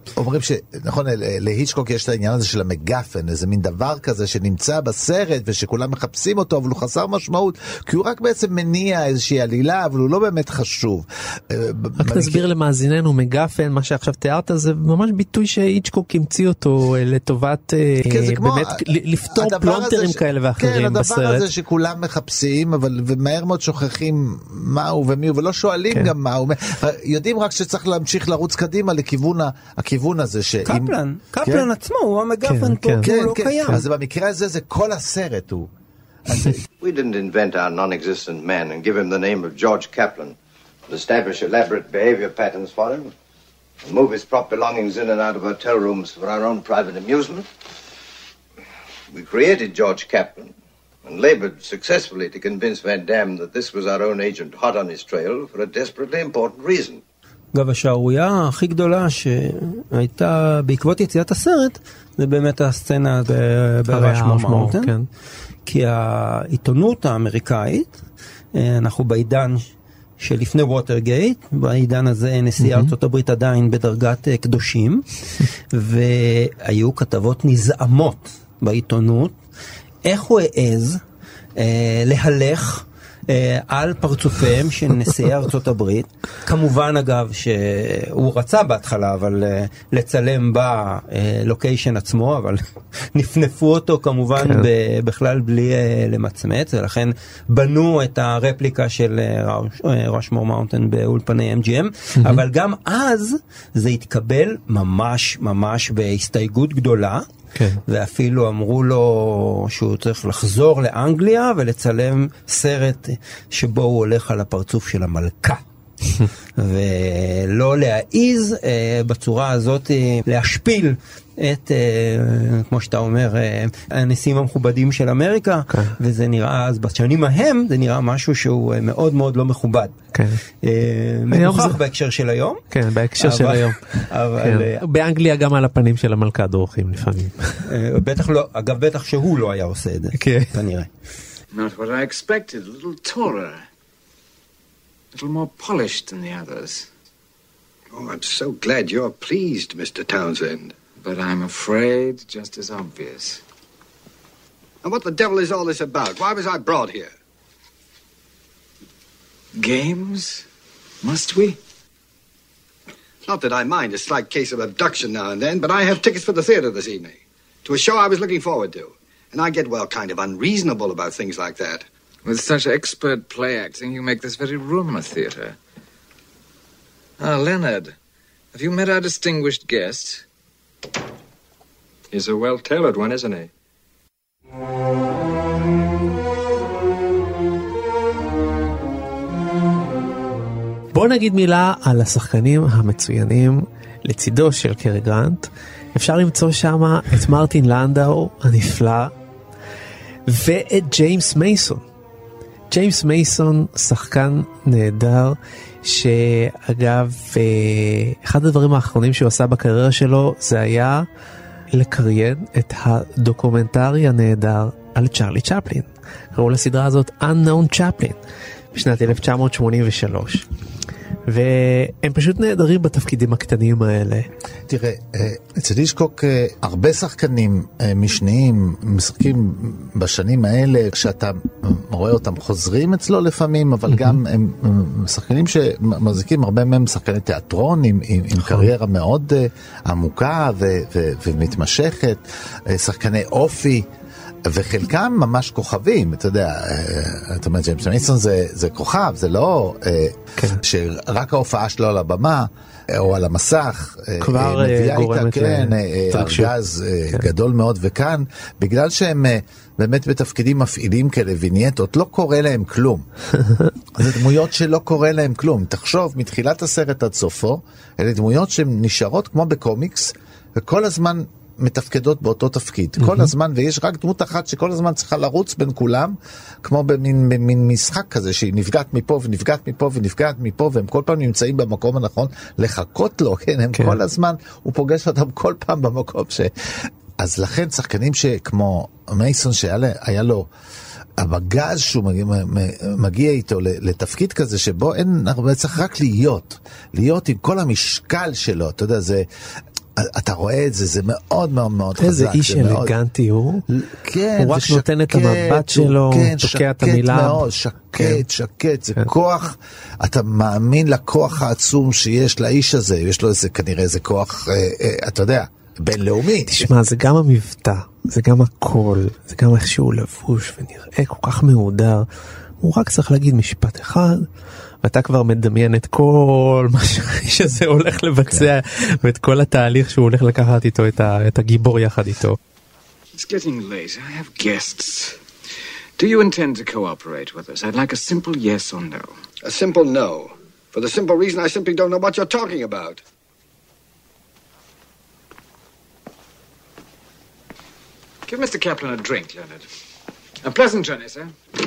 אומרים שנכון, להיצ'קוק יש את העניין הזה של המגפן, איזה מין דבר כזה שנמצא בסרט ושכולם מחפשים אותו, אבל הוא חסר משמעות, כי הוא רק בעצם מניע איזושהי עלילה, אבל הוא לא באמת חשוב. רק תסביר למאזיננו, מגפן, מה שעכשיו תיארת, זה ממש ביטוי שהיצ'קוק המציא אותו לטובת באמת לפתור פלונטרים כאלה ואחרים בסרט. כן, הדבר הזה שכולם מחפשים, אבל ומהר מאוד שוכחים מהו ומיהו, ולא שואלים גם מהו. יודעים רק שצריך להמשיך לרוץ קדימה לכיוון הכיוון הזה ש... קפלן, קפלן עצמו, הוא המגפן פה, כי הוא לא קיים. אז במקרה הזה זה כל הסרט הוא. We didn't invent our non-existent man and give him the name of George Kaplan, and establish elaborate behavior patterns for him, and move his prop belongings in and out of hotel rooms for our own private amusement. We created George Kaplan and labored successfully to convince Van Damme that this was our own agent hot on his trail for a desperately important reason. אגב, השערורייה הכי גדולה שהייתה בעקבות יציאת הסרט, זה באמת הסצנה בראשמור מאונטן. כי העיתונות האמריקאית, אנחנו בעידן שלפני ווטרגייט, בעידן הזה נשיא ארצות הברית עדיין בדרגת קדושים, והיו כתבות נזעמות בעיתונות, איך הוא העז להלך על פרצופיהם של נשיאי ארצות הברית. כמובן אגב שהוא רצה בהתחלה אבל לצלם בלוקיישן עצמו, אבל נפנפו אותו כמובן בכלל בלי למצמץ, ולכן בנו את הרפליקה של ראשמור מאונטן באולפני אם ג'י אם, אבל גם אז זה התקבל ממש ממש בהסתייגות גדולה, כן. ואפילו אמרו לו שהוא צריך לחזור לאנגליה ולצלם סרט שבו הוא הולך על הפרצוף של המלכה. ולא להעיז בצורה הזאת להשפיל את, כמו שאתה אומר, הנשיאים המכובדים של אמריקה, וזה נראה, אז בשנים ההם זה נראה משהו שהוא מאוד מאוד לא מכובד. מנוכח בהקשר של היום. כן, בהקשר של היום. באנגליה גם על הפנים של המלכה דורכים לפעמים. בטח לא, אגב בטח שהוא לא היה עושה את זה, כנראה. Not what I expected, a little taller. A little more polished than the others. Oh, I'm so glad you're pleased, Mister Townsend. But I'm afraid just as obvious. And what the devil is all this about? Why was I brought here? Games? Must we? Not that I mind a slight case of abduction now and then, but I have tickets for the theater this evening. To a show I was looking forward to. And I get, well, kind of unreasonable about things like that. With such expert play acting, you make this very room a theater. Ah, Leonard, have you met our distinguished guest? He's a well-tailored one, isn't he? בוא נגיד מילה על השחקנים המצוינים לצידו של קרי גרנט. אפשר למצוא שם את מרטין לנדאו הנפלא ואת ג'יימס מייסון. ג'יימס מייסון שחקן נהדר, שאגב אחד הדברים האחרונים שהוא עשה בקריירה שלו זה היה לקריין את הדוקומנטרי הנהדר על צ'רלי צ'פלין. קראו לסדרה הזאת Unknown Chaplin בשנת אלף תשע מאות שמונים ושלוש, והם פשוט נהדרים בתפקידים הקטנים האלה. תראה, אצל היצ'קוק הרבה שחקנים משניים משחקים בשנים האלה, כשאתה רואה אותם חוזרים אצלו לפעמים, אבל גם הם שחקנים שמחזיקים, הרבה מהם שחקני תיאטרון עם, עם, עם קריירה מאוד עמוקה ו, ו, ומתמשכת, שחקני אופי, וחלקם ממש כוכבים, אתה יודע, אתה אומר, ג'יימס מייסון זה, זה כוכב, זה לא כן. שרק ההופעה שלו על הבמה, או על המסך, כבר גורמת כן, ארגז כן. גדול מאוד, וכאן, בגלל שהם באמת בתפקידים מפעילים כאלה, וינייטות, לא קורה להם כלום. זה דמויות שלא קורה להם כלום. תחשוב, מתחילת הסרט עד סופו, אלה דמויות שהן נשארות כמו בקומיקס, וכל הזמן מתפקדות באותו תפקיד. כל הזמן, ויש רק דמות אחת שכל הזמן צריכה לרוץ בין כולם, כמו במין, במין משחק כזה, שהיא נפגעת מפה ונפגעת מפה ונפגעת מפה, והם כל פעם נמצאים במקום הנכון לחכות לו, כן? הם כן. כל הזמן, הוא פוגש אותם כל פעם במקום ש... אז לכן שחקנים שכמו מייסון, שהיה לו הבגז שהוא מגיע, מגיע איתו לתפקיד כזה, שבו אין, אנחנו צריך רק להיות, להיות עם כל המשקל שלו, אתה יודע, זה... אתה רואה את זה, זה מאוד מאוד מאוד חזק. איזה איש אלגנטי הוא. כן, הוא רק נותן את המבט שלו, תוקע את המילה. שקט מאוד, שקט, שקט, זה כוח, אתה מאמין לכוח העצום שיש לאיש הזה, יש לו איזה, כנראה איזה כוח, אתה יודע, בינלאומי. תשמע, זה גם המבטא, זה גם הקול, זה גם איך שהוא לבוש ונראה כל כך מהודר. הוא רק צריך להגיד משפט אחד, ואתה כבר מדמיין את כל מה שזה הולך לבצע, ואת כל התהליך שהוא הולך לקחת איתו, את הגיבור יחד איתו. It's getting late. I have guests. Do you intend to cooperate with us? I'd like a simple yes or no. A simple no. For the simple reason I simply don't know what you're talking about. Give Mister Kaplan a drink, Leonard. A pleasant journey, sir.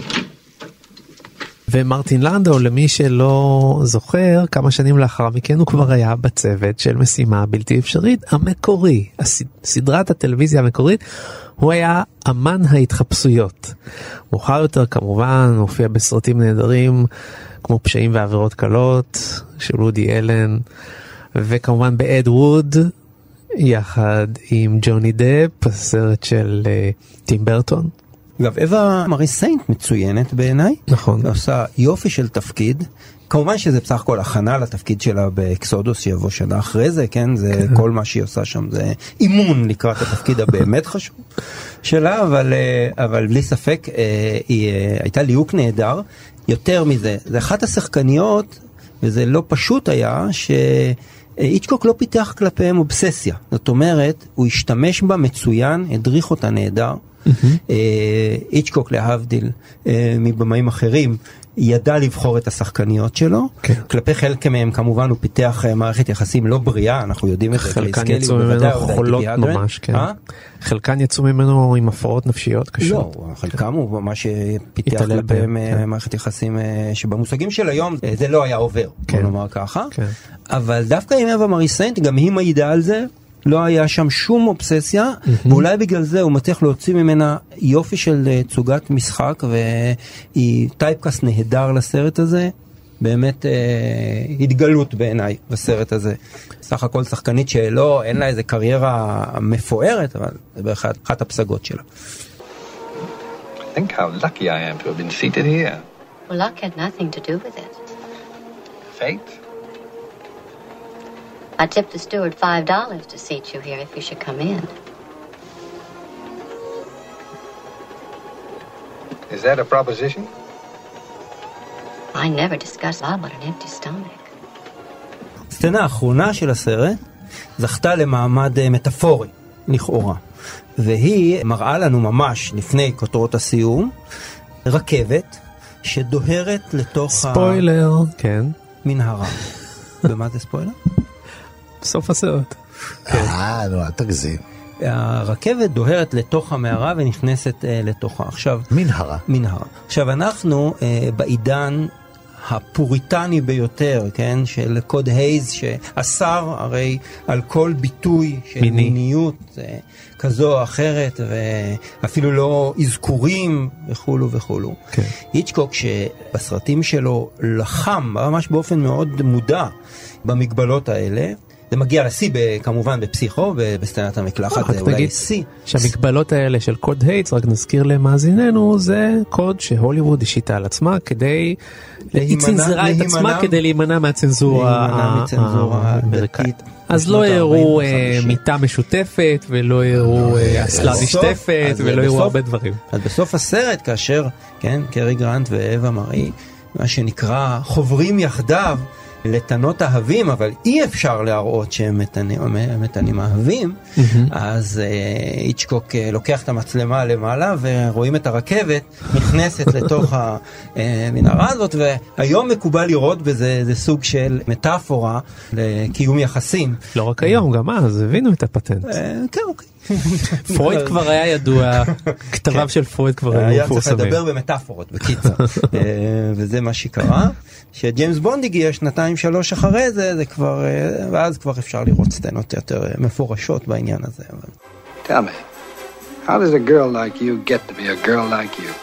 ומרטין לנדאו, למי שלא זוכר, כמה שנים לאחר מכן הוא כבר היה בצוות של משימה בלתי אפשרית המקורי, סדרת הטלוויזיה המקורית, הוא היה אמן ההתחפשויות. מאוחר יותר כמובן הופיע בסרטים נהדרים כמו פשעים ועבירות קלות של וודי אלן, וכמובן באד ווד יחד עם ג'וני דפ, הסרט של uh, טים ברטון. אגב, אווה מרי סיינט מצוינת בעיניי. נכון. היא עושה יופי של תפקיד. כמובן שזה בסך הכל הכנה לתפקיד שלה באקסודוס שיבוא שנה אחרי זה, כן? זה כן. כל מה שהיא עושה שם זה אימון לקראת התפקיד הבאמת חשוב שלה, אבל, אבל בלי ספק היא הייתה ליהוק נהדר. יותר מזה, זה אחת השחקניות, וזה לא פשוט היה, ש... היצ'קוק לא פיתח כלפיהם אובססיה. זאת אומרת, הוא השתמש בה מצוין, הדריך אותה נהדר. היצ'קוק להבדיל מבמאים אחרים, ידע לבחור את השחקניות שלו. כלפי חלק מהם כמובן הוא פיתח מערכת יחסים לא בריאה, אנחנו יודעים את זה. חלקן יצאו ממנו חולות ממש, כן. חלקן יצאו ממנו עם הפרעות נפשיות קשות. לא, חלקם הוא ממש פיתח כלפיהם מערכת יחסים שבמושגים של היום זה לא היה עובר, בוא נאמר ככה. אבל דווקא עם אווה מרי סיינט, גם היא מעידה על זה, לא היה שם שום אובססיה, ואולי בגלל זה הוא מצליח להוציא ממנה יופי של צוגת משחק, והיא טייפקאסט נהדר לסרט הזה, באמת אה, התגלות בעיניי בסרט הזה. סך הכל שחקנית שלא, אין לה איזה קריירה מפוארת, אבל זה באחת אחת הפסגות שלה. Think how lucky I am to have been seated here. Well, luck had nothing to do with it. Fate? I tipped the steward five dollars to seat you here if you should come in. Is that a proposition? I never discuss love on an empty stomach. הסצנה האחרונה של הסרט זכתה למעמד מטאפורי, לכאורה. והיא מראה לנו ממש לפני כותרות הסיום, רכבת שדוהרת לתוך ספוילר, ה... כן. מנהרה. במה זה ספוילר? סוף הסרט. אה, נו, תגזים. הרכבת דוהרת לתוך המערה ונכנסת uh, לתוכה. עכשיו, מנהרה. מנהרה. עכשיו, אנחנו uh, בעידן הפוריטני ביותר, כן, של קוד הייז, שאסר הרי על כל ביטוי של מיני. מיניות uh, כזו או אחרת, ואפילו לא אזכורים וכולו וכולו. כן. היצ'קוק שבסרטים שלו לחם, ממש באופן מאוד מודע, במגבלות האלה, זה מגיע לשיא כמובן בפסיכו, בסצנת המקלחת, זה אולי שיא. שהמגבלות האלה של קוד הייטס, רק נזכיר למאזיננו, זה קוד שהוליווד השיטה על עצמה, כדי, היא צנזרה את עצמה כדי להימנע מהצנזורה האמריקאית. אז לא הראו מיטה משותפת, ולא הראו אסלה משתפת, ולא הראו הרבה דברים. אז בסוף הסרט, כאשר, כן, קרי גרנט ואווה מרי, מה שנקרא חוברים יחדיו, לתנות אהבים, אבל אי אפשר להראות שהם מתנים, מתנים אהבים, mm-hmm. אז uh, היצ'קוק uh, לוקח את המצלמה למעלה, ורואים את הרכבת נכנסת לתוך המנהרה הזאת, והיום מקובל לראות בזה זה סוג של מטאפורה לקיום יחסים. לא רק היום, גם אז הבינו את הפטנט. כן, אוקיי. פרויד כבר היה ידוע, כתביו של פרויד כבר היו מפורסמים. היה צריך לדבר במטאפורות, בקיצר. וזה מה שקרה. שג'יימס בונד הגיע שנתיים שלוש אחרי זה, זה כבר, ואז כבר אפשר לראות סצנות יותר מפורשות בעניין הזה. Tell me, how does a girl like you get to be a girl like you?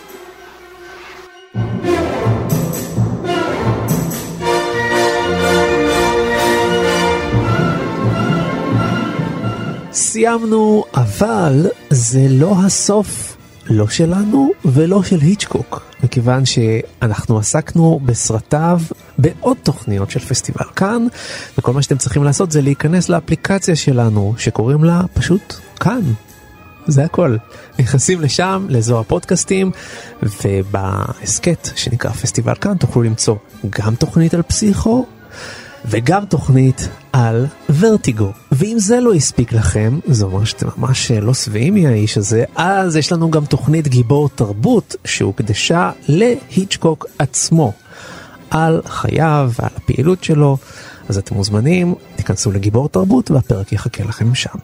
סיימנו, אבל זה לא הסוף, לא שלנו ולא של היצ'קוק, מכיוון שאנחנו עסקנו בסרטיו בעוד תוכניות של פסטיבל כאן, וכל מה שאתם צריכים לעשות זה להיכנס לאפליקציה שלנו שקוראים לה פשוט כאן. זה הכל. נכנסים לשם, לאזור הפודקאסטים, ובהסקט שנקרא פסטיבל כאן תוכלו למצוא גם תוכנית על פסיכו, וגם תוכנית על ורטיגו. ואם זה לא הספיק לכם, זה אומר שאתם ממש לא שבעים מהאיש הזה, אז יש לנו גם תוכנית גיבור תרבות שהוקדשה להיצ'קוק עצמו, על חייו ועל הפעילות שלו. אז אתם מוזמנים, תיכנסו לגיבור תרבות והפרק יחכה לכם שם.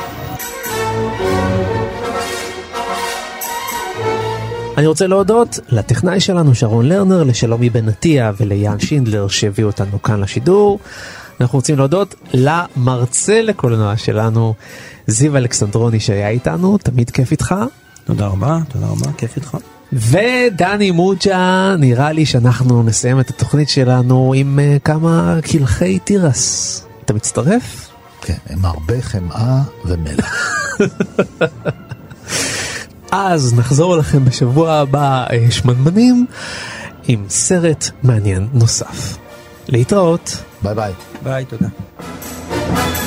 אני רוצה להודות לטכנאי שלנו שרון לרנר, לשלומי בן עטיה וליאן שינדלר שהביאו אותנו כאן לשידור. אנחנו רוצים להודות למרצה לקולנוע שלנו, זיו אלכסנדרוני שהיה איתנו, תמיד כיף איתך. תודה רבה, תודה רבה, כיף איתך. ודני מוג'ה, נראה לי שאנחנו נסיים את התוכנית שלנו עם uh, כמה קלחי תירס. אתה מצטרף? כן, עם הרבה חמאה ומלח. אז נחזור לכם בשבוע הבא שמנמנים עם סרט מעניין נוסף. להתראות. ביי ביי. ביי, תודה.